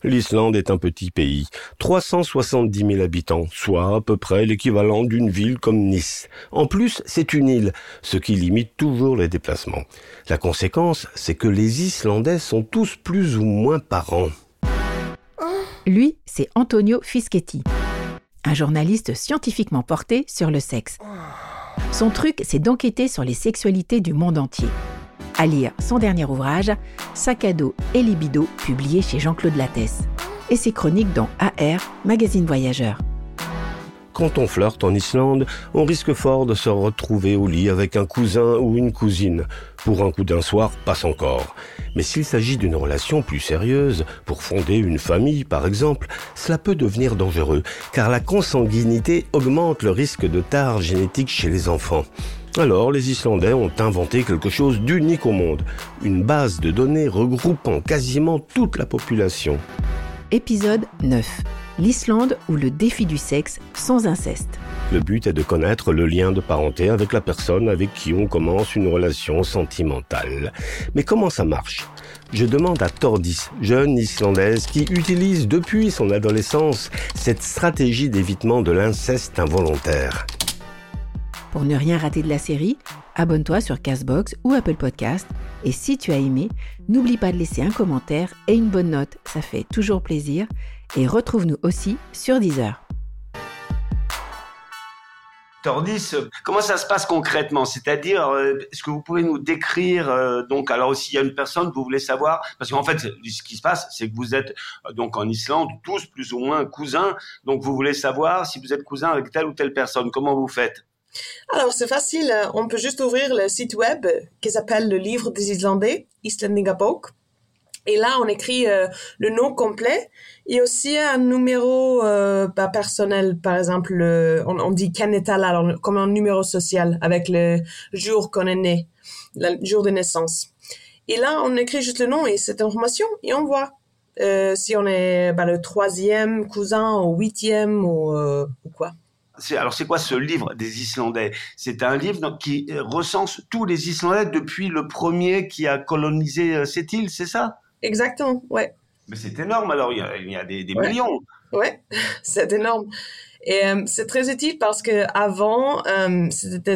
L'Islande est un petit pays, 370 000 habitants, soit à peu près l'équivalent d'une ville comme Nice. En plus, c'est une île, ce qui limite toujours les déplacements. La conséquence, c'est que les Islandais sont tous plus ou moins parents. Lui, c'est Antonio Fischetti, un journaliste scientifiquement porté sur le sexe. Son truc, c'est d'enquêter sur les sexualités du monde entier. À lire son dernier ouvrage, Sac à dos et libido, publié chez Jean-Claude Lattès, et ses chroniques dans AR, magazine voyageur. Quand on flirte en Islande, on risque fort de se retrouver au lit avec un cousin ou une cousine. Pour un coup d'un soir, passe encore. Mais s'il s'agit d'une relation plus sérieuse, pour fonder une famille par exemple, cela peut devenir dangereux, car la consanguinité augmente le risque de tare génétique chez les enfants. Alors, les Islandais ont inventé quelque chose d'unique au monde, une base de données regroupant quasiment toute la population. Épisode 9. L'Islande ou le défi du sexe sans inceste. Le but est de connaître le lien de parenté avec la personne avec qui on commence une relation sentimentale. Mais comment ça marche ? Je demande à Tordis, jeune Islandaise qui utilise depuis son adolescence cette stratégie d'évitement de l'inceste involontaire. Pour ne rien rater de la série, abonne-toi sur Castbox ou Apple Podcast. Et si tu as aimé, n'oublie pas de laisser un commentaire et une bonne note, ça fait toujours plaisir. Et retrouve-nous aussi sur Deezer. Tordis, comment ça se passe concrètement ? C'est-à-dire, est-ce que vous pouvez nous décrire, alors s'il y a une personne, vous voulez savoir, parce qu'en fait, ce qui se passe, c'est que vous êtes donc en Islande, tous plus ou moins cousins, donc vous voulez savoir si vous êtes cousin avec telle ou telle personne, comment vous faites ? Alors, c'est facile. On peut juste ouvrir le site web qui s'appelle le livre des Islandais, Íslendingabók. Et là, on écrit le nom complet et aussi un numéro personnel. Par exemple, on dit Kennetal, alors comme un numéro social avec le jour qu'on est né, le jour de naissance. Et là, on écrit juste le nom et cette information et on voit si on est le 3e cousin ou 8e ou quoi. C'est quoi ce livre des Islandais ? C'est un livre qui recense tous les Islandais depuis le premier qui a colonisé cette île, c'est ça ? Exactement, ouais. Mais c'est énorme, alors il y a des millions. Ouais, c'est énorme. Et c'est très utile parce que avant, c'était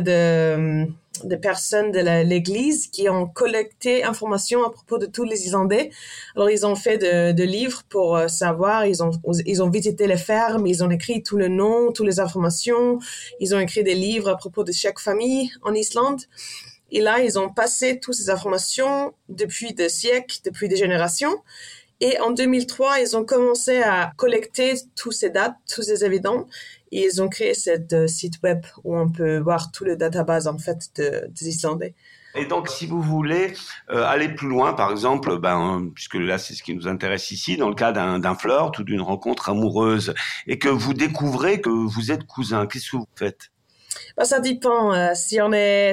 des personnes de l'Église qui ont collecté informations à propos de tous les Islandais. Alors ils ont fait de livres pour savoir. Ils ont visité les fermes. Ils ont écrit tout le nom, toutes les informations. Ils ont écrit des livres à propos de chaque famille en Islande. Et là, ils ont passé toutes ces informations depuis des siècles, depuis des générations. Et en 2003, ils ont commencé à collecter toutes ces dates, tous ces évidents. Et ils ont créé cette site web où on peut voir tout le database, en fait, des Islandais. Et donc, si vous voulez aller plus loin, par exemple, puisque là, c'est ce qui nous intéresse ici, dans le cas d'un flirt ou d'une rencontre amoureuse, et que vous découvrez que vous êtes cousins, qu'est-ce que vous faites ? Ça dépend. Si on est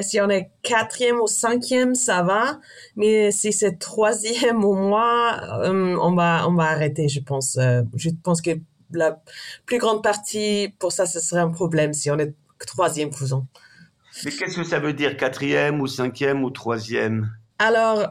4e ou 5e, ça va. Mais si c'est 3e ou moins, on va arrêter, je pense. Je pense que la plus grande partie, pour ça, ce serait un problème si on est 3e cousin. Mais qu'est-ce que ça veut dire, 4e ou 5e ou 3e ? Alors,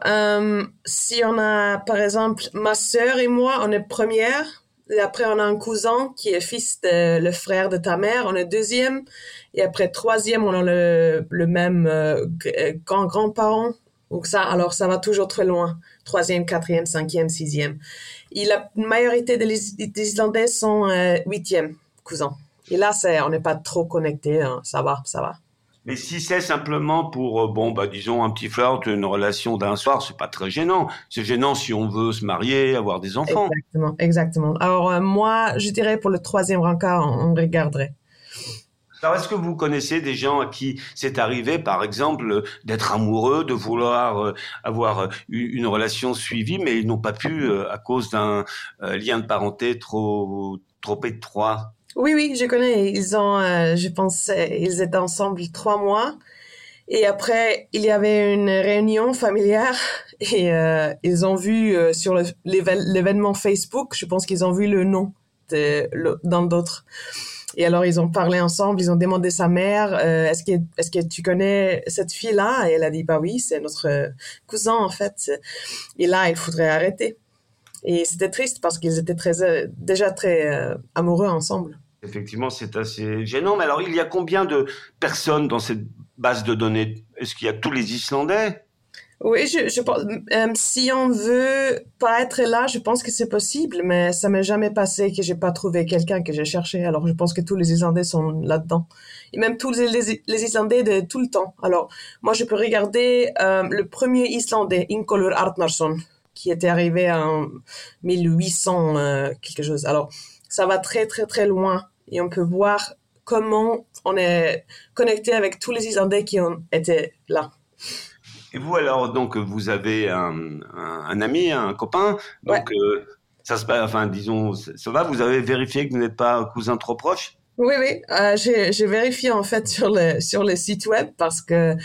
si on a, par exemple, ma sœur et moi, on est première. Et après, on a un cousin qui est fils de le frère de ta mère, on est 2e. Et après, 3e, on a le même grand-parent. Donc alors ça va toujours très loin. 3e, 4e, 5e, 6e. Et la majorité des Islandais sont 8e cousins. Et là, on n'est pas trop connectés, hein. Ça va. Mais si c'est simplement pour, disons, un petit flirt, une relation d'un soir, c'est pas très gênant. C'est gênant si on veut se marier, avoir des enfants. Exactement. Alors, moi, je dirais pour le 3e rencard, on regarderait. Alors, est-ce que vous connaissez des gens à qui c'est arrivé, par exemple, d'être amoureux, de vouloir avoir une relation suivie, mais ils n'ont pas pu à cause d'un lien de parenté trop étroit? Oui, je connais. Ils ont, je pense, ils étaient ensemble 3 mois. Et après, il y avait une réunion familiale et ils ont vu sur l'événement Facebook, je pense qu'ils ont vu le nom dans d'autres. Et alors, ils ont parlé ensemble, ils ont demandé sa mère, est-ce que tu connais cette fille-là? Et elle a dit, oui, c'est notre cousin, en fait. Et là, il faudrait arrêter. Et c'était triste parce qu'ils étaient déjà très amoureux ensemble. Effectivement, c'est assez gênant. Mais alors, il y a combien de personnes dans cette base de données? Est-ce qu'il y a tous les Islandais? Oui, je pense, si on veut pas être là, je pense que c'est possible, mais ça m'est jamais passé que j'ai pas trouvé quelqu'un que j'ai cherché. Alors, je pense que tous les Islandais sont là-dedans. Et même tous les Islandais de tout le temps. Alors, moi, je peux regarder le premier Islandais, Ingólfur Arnarson, qui était arrivé en 1800 quelque chose. Alors, ça va très, très, très loin. Et on peut voir comment on est connecté avec tous les Islandais qui ont été là. Et vous, alors, donc, vous avez un ami, un copain, donc ça se passe, enfin, disons, ça va, vous avez vérifié que vous n'êtes pas un cousin trop proche? Oui, j'ai vérifié en fait sur le site web parce que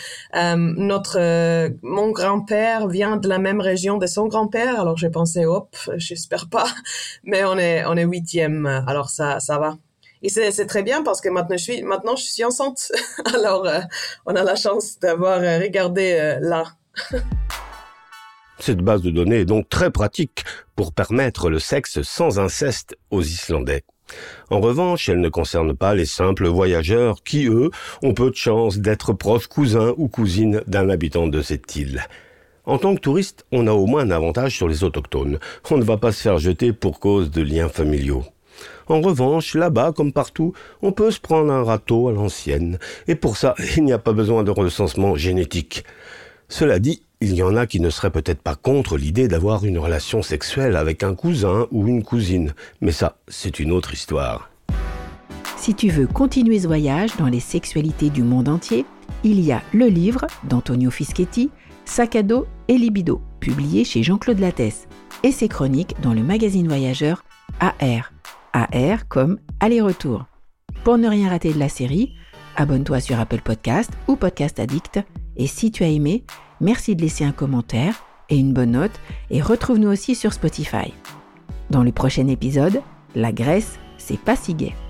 mon grand-père vient de la même région de son grand-père, alors j'ai pensé, hop, j'espère pas, mais on est 8e, alors ça va. Et c'est très bien parce que maintenant je suis enceinte. Alors, on a la chance d'avoir regardé là. Cette base de données est donc très pratique pour permettre le sexe sans inceste aux Islandais. En revanche, elle ne concerne pas les simples voyageurs qui, eux, ont peu de chance d'être proches cousins ou cousines d'un habitant de cette île. En tant que touriste, on a au moins un avantage sur les autochtones. On ne va pas se faire jeter pour cause de liens familiaux. En revanche, là-bas, comme partout, on peut se prendre un râteau à l'ancienne. Et pour ça, il n'y a pas besoin de recensement génétique. Cela dit, il y en a qui ne seraient peut-être pas contre l'idée d'avoir une relation sexuelle avec un cousin ou une cousine. Mais ça, c'est une autre histoire. Si tu veux continuer ce voyage dans les sexualités du monde entier, il y a le livre d'Antonio Fischetti, Sac à dos et libido, publié chez Jean-Claude Lattès, et ses chroniques dans le magazine voyageur AR. AR comme aller-retour. Pour ne rien rater de la série, abonne-toi sur Apple Podcast ou Podcast Addict. Et si tu as aimé, merci de laisser un commentaire et une bonne note et retrouve-nous aussi sur Spotify. Dans le prochain épisode, la Grèce, c'est pas si gai.